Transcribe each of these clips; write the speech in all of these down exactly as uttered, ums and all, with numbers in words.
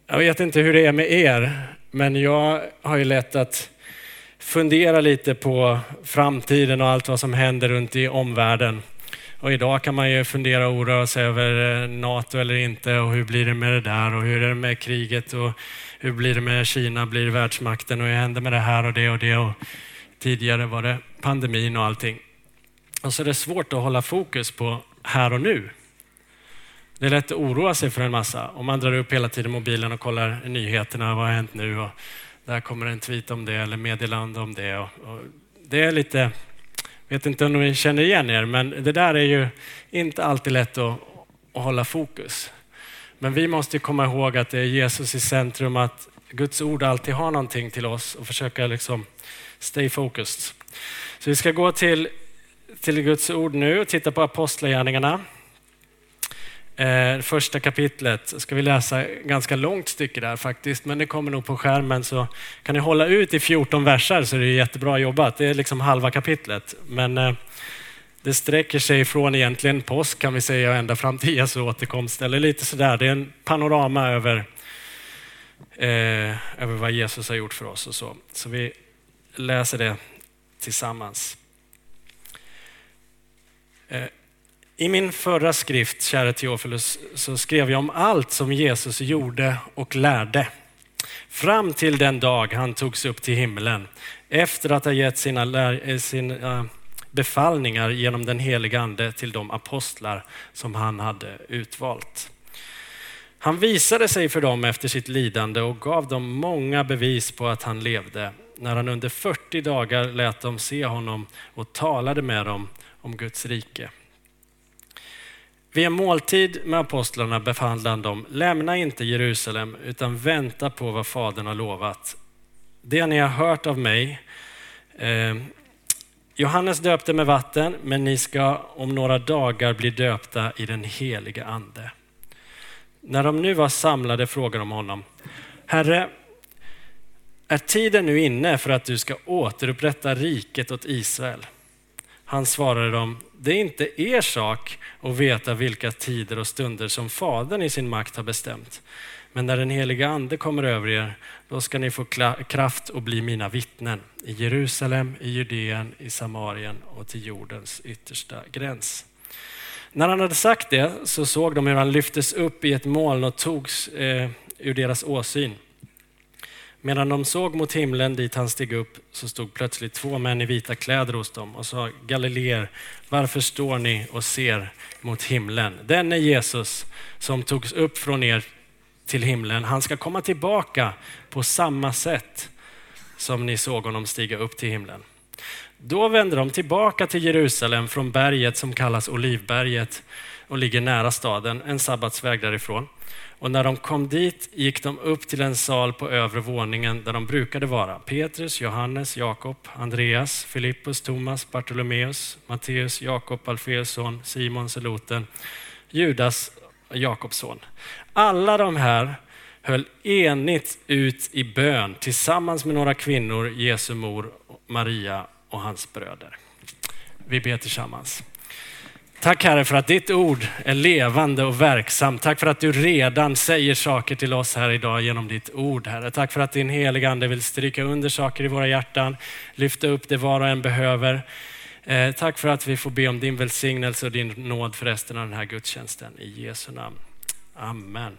Jag vet inte hur det är med er, men jag har ju lätt att fundera lite på framtiden och allt vad som händer runt i omvärlden. Och idag kan man ju fundera och oroa sig över NATO eller inte, och hur blir det med det där, och hur är det med kriget, och hur blir det med Kina, blir det världsmakten, och hur händer med det här och det och det, och tidigare var det pandemin och allting. Och så är det svårt att hålla fokus på här och nu. Det är lätt att oroa sig för en massa. Om man drar upp hela tiden mobilen och kollar nyheterna, vad har hänt nu, och där kommer en tweet om det eller meddelande om det. Och, och det är lite, jag vet inte om ni känner igen er, men det där är ju inte alltid lätt att, att hålla fokus. Men vi måste komma ihåg att det är Jesus i centrum, att Guds ord alltid har någonting till oss och försöka liksom stay focused. Så vi ska gå till, till Guds ord nu och titta på apostlagärningarna. Eh, första kapitlet ska vi läsa ganska långt stycke där faktiskt, men det kommer nog på skärmen, så kan ni hålla ut i fjorton versar så är det jättebra jobbat. Det är liksom halva kapitlet, men eh, det sträcker sig från egentligen påsk kan vi säga ända fram till Jesu återkomst, eller lite sådär. Det är en panorama över, eh, över vad Jesus har gjort för oss och så. Så vi läser det tillsammans. Eh, I min förra skrift, kära Theophilus, så skrev jag om allt som Jesus gjorde och lärde. Fram till den dag han togs upp till himlen, efter att ha gett sina, lär, sina befallningar genom den heliga ande till de apostlar som han hade utvalt. Han visade sig för dem efter sitt lidande och gav dem många bevis på att han levde, när han under fyrtio dagar lät dem se honom och talade med dem om Guds rike. Vid en måltid med apostlarna befallde han dem: lämna inte Jerusalem utan vänta på vad Fadern har lovat. Det ni har hört av mig. Eh, Johannes döpte med vatten, men ni ska om några dagar bli döpta i den heliga ande. När de nu var samlade frågade de honom: Herre, är tiden nu inne för att du ska återupprätta riket åt Israel? Han svarade dem: det är inte er sak att veta vilka tider och stunder som Fadern i sin makt har bestämt. Men när den heliga ande kommer över er, då ska ni få kraft att bli mina vittnen i Jerusalem, i Judeen, i Samarien och till jordens yttersta gräns. När han hade sagt det så såg de hur han lyftes upp i ett moln och togs eh, ur deras åsyn. Medan de såg mot himlen dit han steg upp, så stod plötsligt två män i vita kläder hos dem och sa: Galileer, varför står ni och ser mot himlen? Den är Jesus som togs upp från er till himlen. Han ska komma tillbaka på samma sätt som ni såg honom stiga upp till himlen. Då vände de tillbaka till Jerusalem från berget som kallas Olivberget och ligger nära staden, en sabbatsväg därifrån. Och när de kom dit gick de upp till en sal på övre våningen där de brukade vara. Petrus, Johannes, Jakob, Andreas, Filippus, Thomas, Bartolomeus, Matteus, Jakob, Alfeus son, Simon, Seloten, Judas, Jakobs son. Alla de här höll enigt ut i bön tillsammans med några kvinnor, Jesu mor, Maria och hans bröder. Vi ber tillsammans. Tack Herre för att ditt ord är levande och verksamt. Tack för att du redan säger saker till oss här idag genom ditt ord, Herre. Tack för att din heliga ande vill stryka under saker i våra hjärtan, lyfta upp det var och en behöver. Eh, tack för att vi får be om din välsignelse och din nåd för resten av den här gudstjänsten. I Jesu namn. Amen.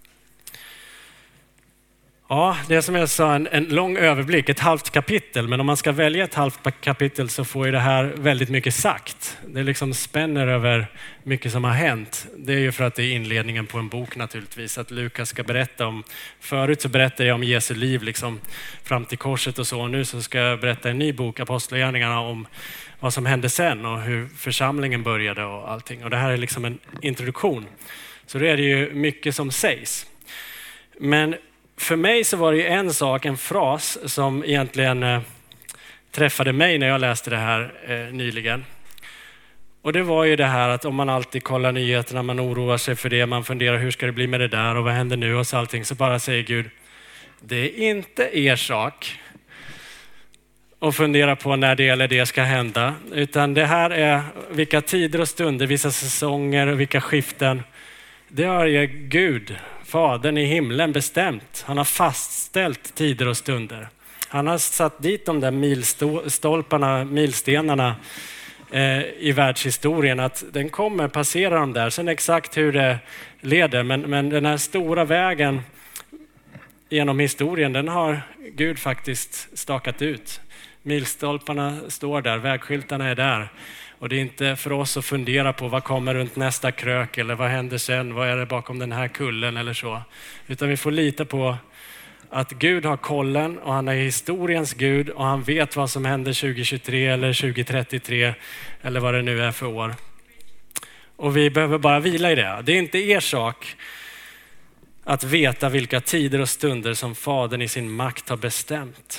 Ja, det är som jag sa en, en lång överblick, ett halvt kapitel. Men om man ska välja ett halvt kapitel så får ju det här väldigt mycket sagt. Det liksom spänner över mycket som har hänt. Det är ju för att det är inledningen på en bok naturligtvis. Att Lukas ska berätta om, förut så berättade jag om Jesu liv liksom fram till korset och så. Och nu så ska jag berätta en ny bok, Apostlagärningarna, om vad som hände sen och hur församlingen började och allting. Och det här är liksom en introduktion. Så det är det ju mycket som sägs. Men för mig så var det ju en sak, en fras som egentligen eh, träffade mig när jag läste det här eh, nyligen. Och det var ju det här att om man alltid kollar nyheterna, man oroar sig för det, man funderar hur ska det bli med det där och vad händer nu och så allting, så bara säger Gud: det är inte er sak att fundera på när det eller det ska hända, utan det här är vilka tider och stunder, vissa säsonger och vilka skiften. Det har ju Gud, Fadern i himlen, bestämt. Han har fastställt tider och stunder. Han har satt dit de där milstolparna, milstenarna eh, i världshistorien. Att den kommer passera dem där. Sen exakt hur det leder. Men, men den här stora vägen genom historien, den har Gud faktiskt stakat ut. Milstolparna står där, vägskyltarna är där. Och det är inte för oss att fundera på vad kommer runt nästa krök eller vad händer sen, vad är det bakom den här kullen eller så. Utan vi får lita på att Gud har kollen och han är historiens Gud och han vet vad som händer tjugo tjugotre eller tjugo trettiotre eller vad det nu är för år. Och vi behöver bara vila i det. Det är inte er sak att veta vilka tider och stunder som Fadern i sin makt har bestämt.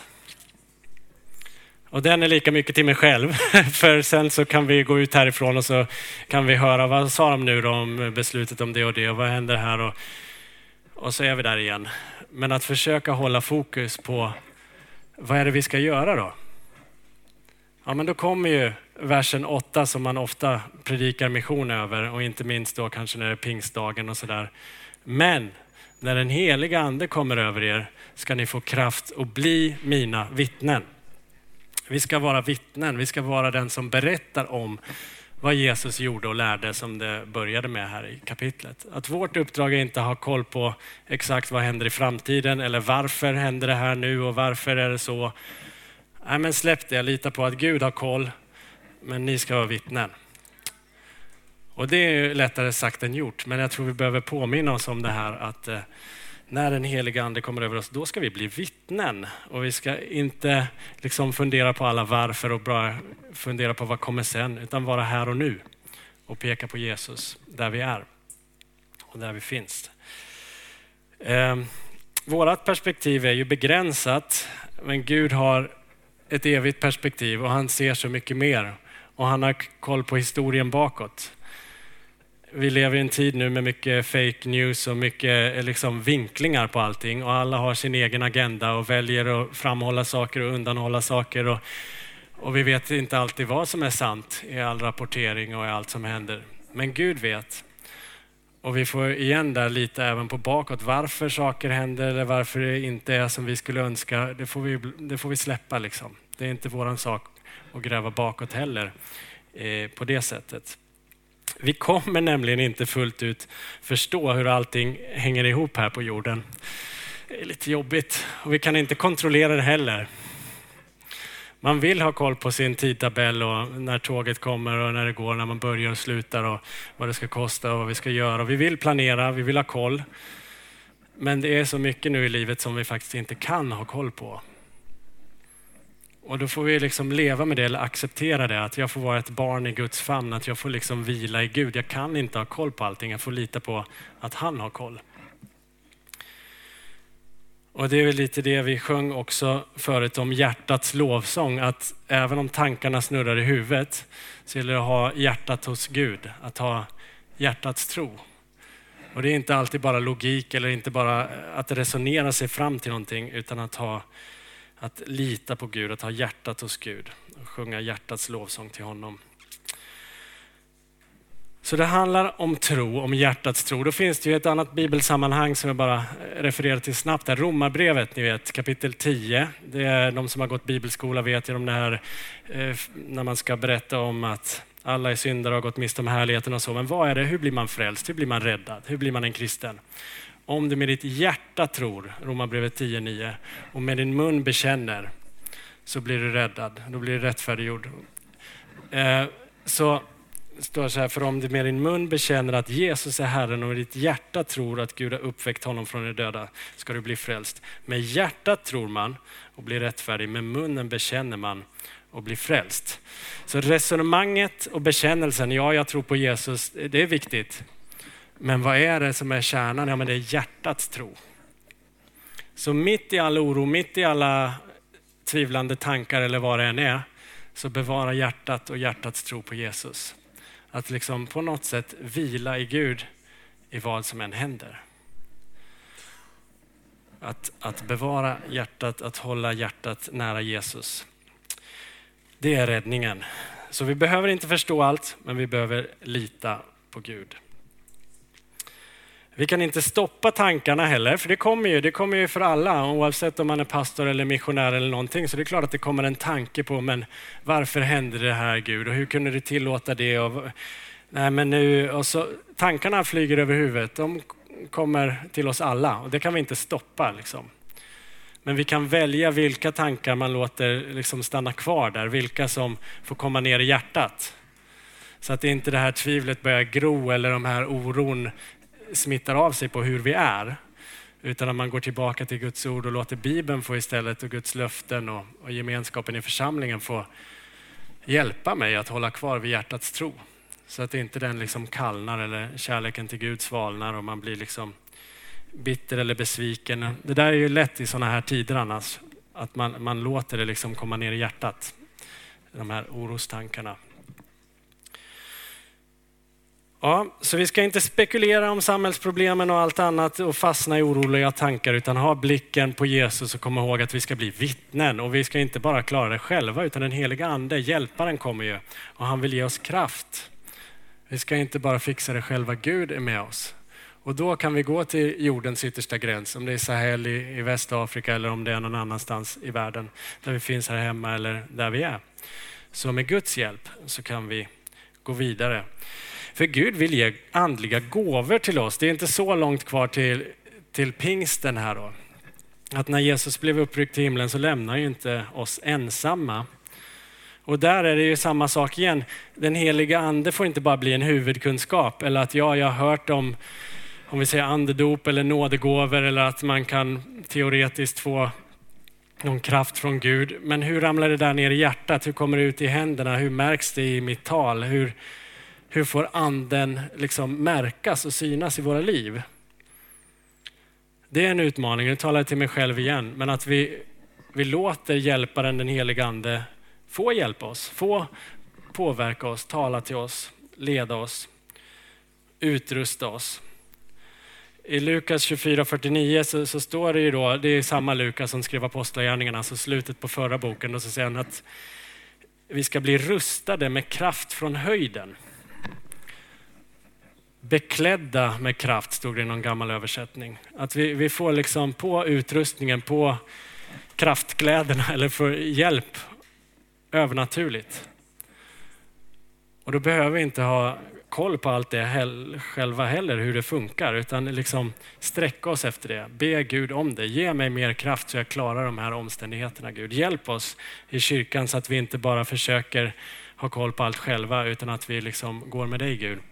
Och den är lika mycket till mig själv. För sen så kan vi gå ut härifrån och så kan vi höra vad sa de nu då om beslutet om det och det och vad händer här och, och så är vi där igen. Men att försöka hålla fokus på vad är det vi ska göra då? Ja, men då kommer ju versen åtta som man ofta predikar mission över och inte minst då kanske när det är pingstdagen och sådär. Men när den heliga ande kommer över er ska ni få kraft att bli mina vittnen. Vi ska vara vittnen, vi ska vara den som berättar om vad Jesus gjorde och lärde som det började med här i kapitlet. Att vårt uppdrag är inte att ha koll på exakt vad händer i framtiden eller varför händer det här nu och varför är det så. Nej, men släpp det, lita på att Gud har koll, men ni ska vara vittnen. Och det är ju lättare sagt än gjort, men jag tror vi behöver påminna oss om det här att eh, när den heliga ande kommer över oss, då ska vi bli vittnen. Och vi ska inte liksom fundera på alla varför och bara fundera på vad kommer sen, utan vara här och nu och peka på Jesus där vi är och där vi finns. Eh, vårat perspektiv är ju begränsat, men Gud har ett evigt perspektiv och han ser så mycket mer. Och han har koll på historien bakåt. Vi lever i en tid nu med mycket fake news och mycket liksom vinklingar på allting. Och alla har sin egen agenda och väljer att framhålla saker och undanhålla saker. Och, och vi vet inte alltid vad som är sant i all rapportering och i allt som händer. Men Gud vet. Och vi får igen där lite även på bakåt. Varför saker händer eller varför det inte är som vi skulle önska. Det får vi, det får vi släppa liksom. Det är inte våran sak att gräva bakåt heller eh, på det sättet. Vi kommer nämligen inte fullt ut förstå hur allting hänger ihop här på jorden. Det är lite jobbigt och vi kan inte kontrollera det heller. Man vill ha koll på sin tidtabell och när tåget kommer och när det går, när man börjar och slutar och vad det ska kosta och vad vi ska göra. Vi vill planera, vi vill ha koll. Men det är så mycket nu i livet som vi faktiskt inte kan ha koll på. Och då får vi liksom leva med det eller acceptera det. Att jag får vara ett barn i Guds famn. Att jag får liksom vila i Gud. Jag kan inte ha koll på allting. Jag får lita på att han har koll. Och det är väl lite det vi sjöng också förut om hjärtats lovsång. Att även om tankarna snurrar i huvudet så gäller det att ha hjärtat hos Gud. Att ha hjärtats tro. Och det är inte alltid bara logik eller inte bara att resonera sig fram till någonting. Utan att ha Att lita på Gud, att ha hjärtat hos Gud och sjunga hjärtats lovsång till honom. Så det handlar om tro, om hjärtats tro. Då finns det ju ett annat bibelsammanhang som jag bara refererar till snabbt. Här, Romarbrevet, ni vet, kapitel tio. Det är de som har gått bibelskola vet ju om det här eh, när man ska berätta om att alla är syndare och har gått miste om härligheten och så. Men vad är det? Hur blir man frälst? Hur blir man räddad? Hur blir man en kristen? Om du med ditt hjärta tror, Romarbrevet tio nio, och med din mun bekänner så blir du räddad. Då blir du rättfärdiggjord. Eh, så står det så här, för om du med din mun bekänner att Jesus är Herren och med ditt hjärta tror att Gud har uppväckt honom från de döda ska du bli frälst. Med hjärtat tror man och blir rättfärdig, med munnen bekänner man och blir frälst. Så resonemanget och bekännelsen, ja jag tror på Jesus, det är viktigt. Men vad är det som är kärnan? Ja, men det är hjärtats tro. Så mitt i all oro, mitt i alla tvivlande tankar eller vad det än är, så bevara hjärtat och hjärtats tro på Jesus. Att liksom på något sätt vila i Gud i vad som än händer. Att, att bevara hjärtat, att hålla hjärtat nära Jesus. Det är räddningen. Så vi behöver inte förstå allt, men vi behöver lita på Gud. Vi kan inte stoppa tankarna heller, för det kommer ju, det kommer ju för alla, oavsett om man är pastor eller missionär eller någonting. Så det är klart att det kommer en tanke på, men varför hände det här, Gud? Och hur kunde du tillåta det? Och, nej, men nu, och så, tankarna flyger över huvudet, de kommer till oss alla och det kan vi inte stoppa. Liksom. Men vi kan välja vilka tankar man låter liksom stanna kvar där, vilka som får komma ner i hjärtat. Så att inte det här tvivlet börjar gro eller de här oron smittar av sig på hur vi är. Utan att man går tillbaka till Guds ord och låter Bibeln få istället och Guds löften och, och gemenskapen i församlingen få hjälpa mig att hålla kvar vid hjärtats tro. Så att inte den liksom kallnar eller kärleken till Gud svalnar och man blir liksom bitter eller besviken. Det där är ju lätt i sådana här tider annars. Att man, man låter det liksom komma ner i hjärtat. De här orostankarna. Ja, så vi ska inte spekulera om samhällsproblemen och allt annat och fastna i oroliga tankar, utan ha blicken på Jesus och komma ihåg att vi ska bli vittnen. Och vi ska inte bara klara det själva, utan den heliga ande, hjälparen, kommer ju och han vill ge oss kraft. Vi ska inte bara fixa det själva, Gud är med oss. Och då kan vi gå till jordens yttersta gräns, om det är Sahel i, i Västafrika eller om det är någon annanstans i världen där vi finns här hemma eller där vi är. Så med Guds hjälp så kan vi gå vidare. För Gud vill ge andliga gåvor till oss. Det är inte så långt kvar till, till pingsten här då. Att när Jesus blev uppryckt till himlen så lämnar ju inte oss ensamma. Och där är det ju samma sak igen. Den heliga ande får inte bara bli en huvudkunskap. Eller att ja, jag har hört om, om vi säger andedop eller nådegåvor. Eller att man kan teoretiskt få någon kraft från Gud. Men hur ramlar det där ner i hjärtat? Hur kommer det ut i händerna? Hur märks det i mitt tal? Hur... Hur får anden liksom märkas och synas i våra liv? Det är en utmaning, nu talar jag till mig själv igen. Men att vi, vi låter hjälparen, den heliga ande, få hjälpa oss. Få påverka oss, tala till oss, leda oss, utrusta oss. I Lukas tjugofyra fyrtionio så, så står det ju då, det är samma Lukas som skrev Apostlagärningarna, alltså slutet på förra boken. Och så säger han att vi ska bli rustade med kraft från höjden. Beklädda med kraft, stod det i någon gammal översättning. Att vi, vi får liksom på utrustningen, på kraftkläderna eller för hjälp övernaturligt. Och då behöver vi inte ha koll på allt det he- själva heller, hur det funkar, utan liksom sträcka oss efter det. Be Gud om det. Ge mig mer kraft så jag klarar de här omständigheterna, Gud. Hjälp oss i kyrkan så att vi inte bara försöker ha koll på allt själva, utan att vi liksom går med dig, Gud.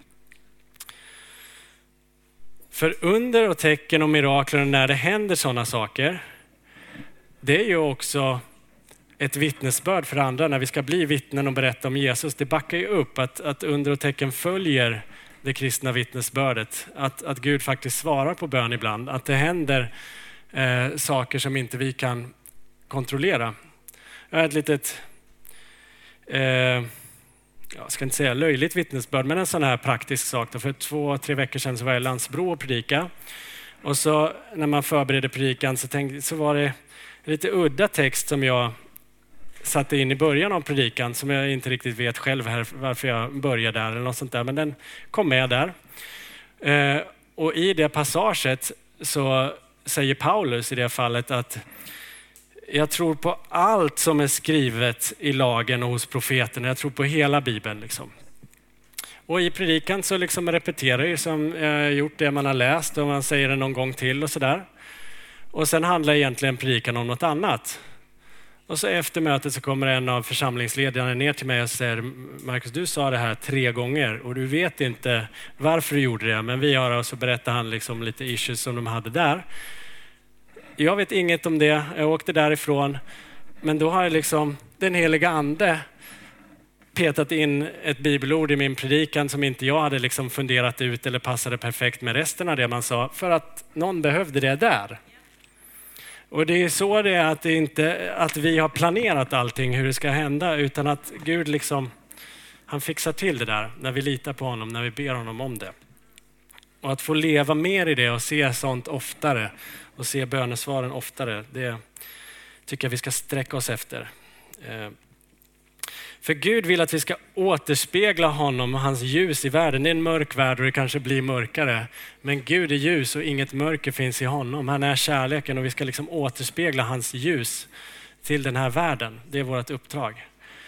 För under och tecken och mirakler när det händer sådana saker, det är ju också ett vittnesbörd för andra när vi ska bli vittnen och berätta om Jesus. Det backar ju upp att, att under och tecken följer det kristna vittnesbördet. Att, att Gud faktiskt svarar på bön ibland. Att det händer eh, saker som inte vi kan kontrollera. Jag har ett litet... Eh, jag ska inte säga löjligt vittnesbörd, men en sån här praktisk sak. Då. För två, tre veckor sedan så var jag i Landsbro och predika. Och så när man förberedde predikan så, tänkte, så var det lite udda text som jag satte in i början av predikan. Som jag inte riktigt vet själv här varför jag började där eller något sånt där. Men den kom med där. Eh, och i det passaget så säger Paulus i det fallet att jag tror på allt som är skrivet i lagen och hos profeterna. Jag tror på hela Bibeln. Liksom. Och i predikan så liksom repeterar jag som jag gjort det man har läst och man säger det någon gång till och sådär. Och sen handlar egentligen predikan om något annat. Och så efter mötet så kommer en av församlingsledarna ner till mig och säger: Marcus, du sa det här tre gånger och du vet inte varför du gjorde det. Men vi har, och så berättar han liksom lite issues som de hade där. Jag vet inget om det, jag åkte därifrån. Men då har liksom den heliga ande petat in ett bibelord i min predikan som inte jag hade liksom funderat ut eller passade perfekt med resten av det man sa. För att någon behövde det där. Och det är så det är, att det inte att vi har planerat allting hur det ska hända, utan att Gud liksom, han fixar till det där när vi litar på honom, när vi ber honom om det. Och att få leva mer i det och se sånt oftare och se bönesvaren oftare, det tycker jag vi ska sträcka oss efter. För Gud vill att vi ska återspegla honom och hans ljus i världen. Det är en mörk värld och det kanske blir mörkare. Men Gud är ljus och inget mörker finns i honom. Han är kärleken och vi ska liksom återspegla hans ljus till den här världen. Det är vårt uppdrag.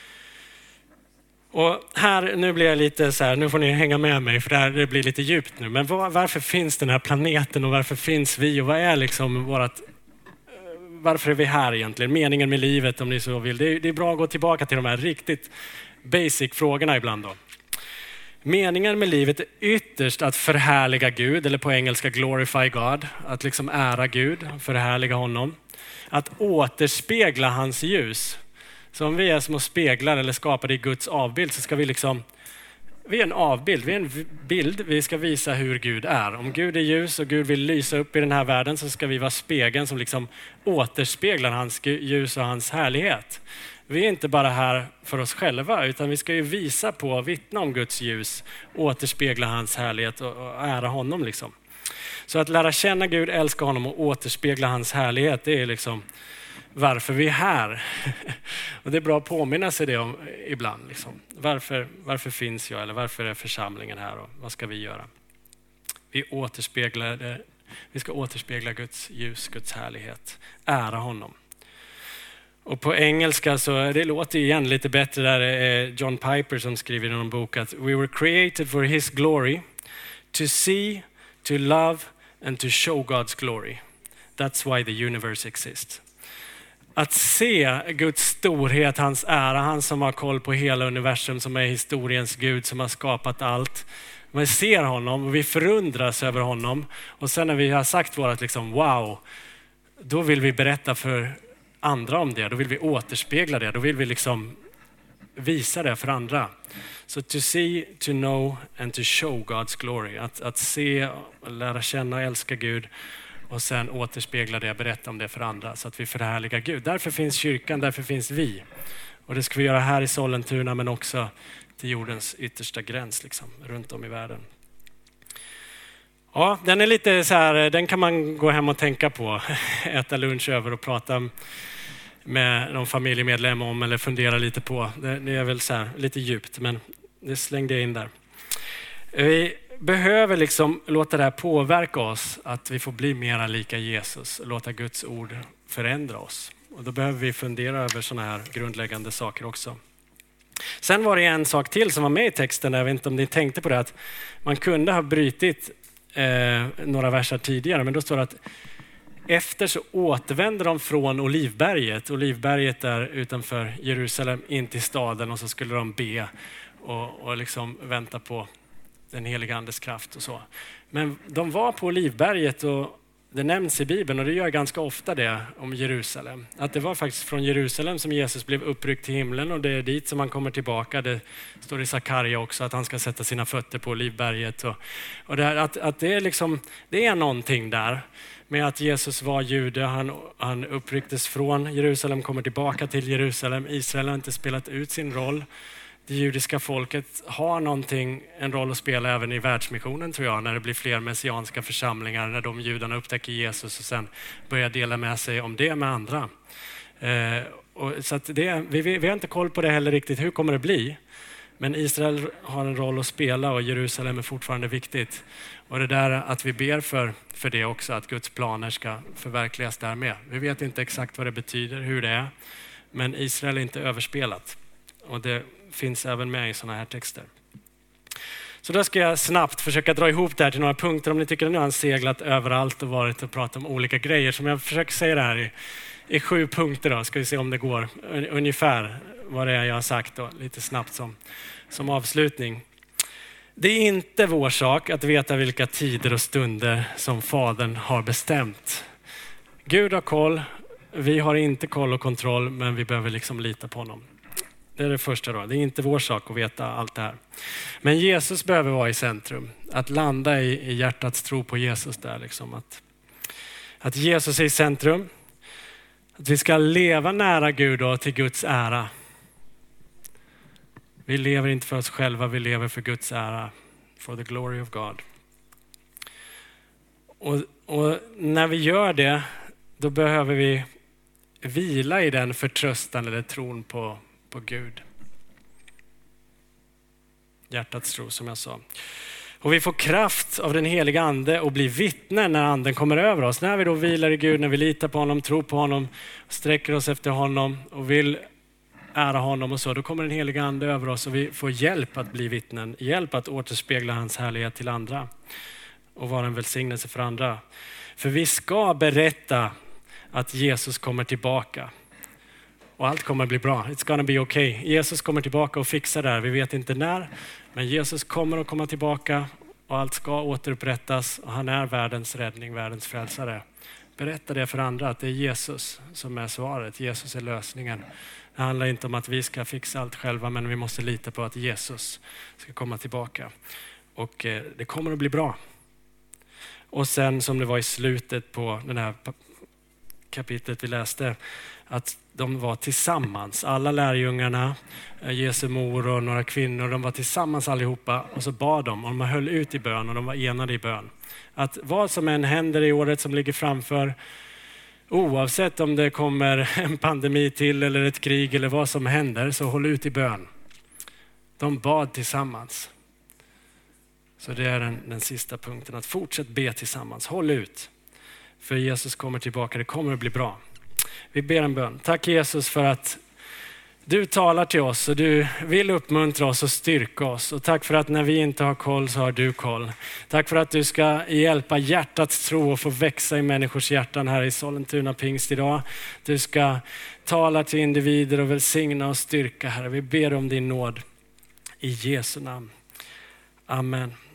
Och här, nu blir jag lite så här, nu får ni hänga med mig för det här det blir lite djupt nu. Men var, varför finns den här planeten och varför finns vi och vad är liksom vårat, varför är vi här egentligen? Meningen med livet om ni så vill. Det är, det är bra att gå tillbaka till de här riktigt basic frågorna ibland då. Meningen med livet är ytterst att förhärliga Gud, eller på engelska glorify God, att liksom ära Gud, förhärliga honom. Att återspegla hans ljus. Så om vi är små speglar eller skapade i Guds avbild så ska vi liksom, vi är en avbild, vi är en bild, vi ska visa hur Gud är. Om Gud är ljus och Gud vill lysa upp i den här världen så ska vi vara spegeln som liksom återspeglar hans ljus och hans härlighet. Vi är inte bara här för oss själva utan vi ska ju visa på, vittna om Guds ljus, återspegla hans härlighet och ära honom liksom. Så att lära känna Gud, älska honom och återspegla hans härlighet, det är liksom varför vi är här. Och det är bra att påminna sig det om ibland. Liksom. Varför, varför finns jag eller varför är församlingen här och vad ska vi göra? Vi, återspeglar, vi ska återspegla Guds ljus, Guds härlighet, ära honom. Och på engelska så det låter igen lite bättre där är John Piper som skriver i någon bok att we were created for his glory, to see, to love and to show God's glory. That's why the universe exists. Att se Guds storhet, hans ära, han som har koll på hela universum, som är historiens Gud, som har skapat allt. Vi ser honom och vi förundras över honom. Och sen när vi har sagt vårat liksom wow, då vill vi berätta för andra om det. Då vill vi återspegla det. Då vill vi liksom visa det för andra. Så to see, to know and to show God's glory. Att, att se, lära känna och älska Gud. Och sen återspegla det, berätta om det för andra så att vi förhärligar Gud. Därför finns kyrkan, därför finns vi. Och det ska vi göra här i Sollentuna men också till jordens yttersta gräns liksom, runt om i världen. Ja, den är lite så här, den kan man gå hem och tänka på. Äta lunch över och prata med någon familjemedlem om eller fundera lite på. Det, det är väl så här, lite djupt men det slängde jag in där. Vi behöver liksom låta det här påverka oss att vi får bli mera lika Jesus och låta Guds ord förändra oss. Och då behöver vi fundera över sådana här grundläggande saker också. Sen var det en sak till som var med i texten, jag vet inte om ni tänkte på det, att man kunde ha brytit eh, några versar tidigare, men då står det att efter så återvänder de från Olivberget. Olivberget är utanför Jerusalem in till staden och så skulle de be och, och liksom vänta på den heliga andes kraft och så. Men de var på Olivberget och det nämns i Bibeln och det gör ganska ofta det om Jerusalem. Att det var faktiskt från Jerusalem som Jesus blev uppryckt till himlen och det är dit som han kommer tillbaka. Det står i Sakarja också att han ska sätta sina fötter på Olivberget. Och, och det här, att, att det, är liksom, det är någonting där med att Jesus var jude. Han, han upprycktes från Jerusalem, kommer tillbaka till Jerusalem. Israel har inte spelat ut sin roll. Det judiska folket har någonting, en roll att spela även i världsmissionen tror jag, när det blir fler messianska församlingar, när de judarna upptäcker Jesus och sen börjar dela med sig om det med andra. Eh, och så att det, vi, vi har inte koll på det heller riktigt, hur kommer det bli? Men Israel har en roll att spela och Jerusalem är fortfarande viktigt. Och det där att vi ber för, för det också, att Guds planer ska förverkligas där med. Vi vet inte exakt vad det betyder, hur det är, men Israel är inte överspelat. Och det finns även med i sådana här texter. Så då ska jag snabbt försöka dra ihop det här till några punkter. Om ni tycker att nu har han seglat överallt och varit och pratat om olika grejer. Som jag försöker säga det här i, i sju punkter då. Ska vi se om det går. Ungefär vad det är jag har sagt då. Lite snabbt som, som avslutning. Det är inte vår sak att veta vilka tider och stunder som Fadern har bestämt. Gud har koll. Vi har inte koll och kontroll, men vi behöver liksom lita på honom. Det är det första då. Det är inte vår sak att veta allt det här. Men Jesus behöver vara i centrum. Att landa i, i hjärtats tro på Jesus där. Liksom. Att, att Jesus är i centrum. Att vi ska leva nära Gud och till Guds ära. Vi lever inte för oss själva, vi lever för Guds ära. For the glory of God. Och, och när vi gör det, då behöver vi vila i den förtröstan eller tron på, på Gud. hjärtats tro som jag sa. Och vi får kraft av den heliga ande och blir vittnen när anden kommer över oss. När vi då vilar i Gud, när vi litar på honom, tror på honom, sträcker oss efter honom och vill ära honom och så, då kommer den heliga ande över oss och vi får hjälp att bli vittnen, hjälp att återspegla hans härlighet till andra och vara en välsignelse för andra. För vi ska berätta att Jesus kommer tillbaka och allt kommer bli bra. It's gonna be okay. Jesus kommer tillbaka och fixar det här. Vi vet inte när, men Jesus kommer att komma tillbaka och allt ska återupprättas och han är världens räddning, världens frälsare. Berätta det för andra att det är Jesus som är svaret. Jesus är lösningen. Det handlar inte om att vi ska fixa allt själva, men vi måste lita på att Jesus ska komma tillbaka. Och eh, det kommer att bli bra. Och sen som det var i slutet på den här kapitlet vi läste, att de var tillsammans. Alla lärjungarna, Jesu mor och några kvinnor, de var tillsammans allihopa och så bad de och de höll ut i bön och de var enade i bön. Att vad som än händer i året som ligger framför, oavsett om det kommer en pandemi till eller ett krig eller vad som händer, så håll ut i bön. De bad tillsammans. Så det är den, den sista punkten, att fortsätt be tillsammans. Håll ut. För Jesus kommer tillbaka, det kommer att bli bra. Vi ber en bön. Tack Jesus för att du talar till oss och du vill uppmuntra oss och styrka oss. Och tack för att när vi inte har koll så har du koll. Tack för att du ska hjälpa hjärtats tro och få växa i människors hjärtan här i Sollentuna pingst idag. Du ska tala till individer och välsigna och styrka, Herre. Vi ber om din nåd i Jesu namn. Amen.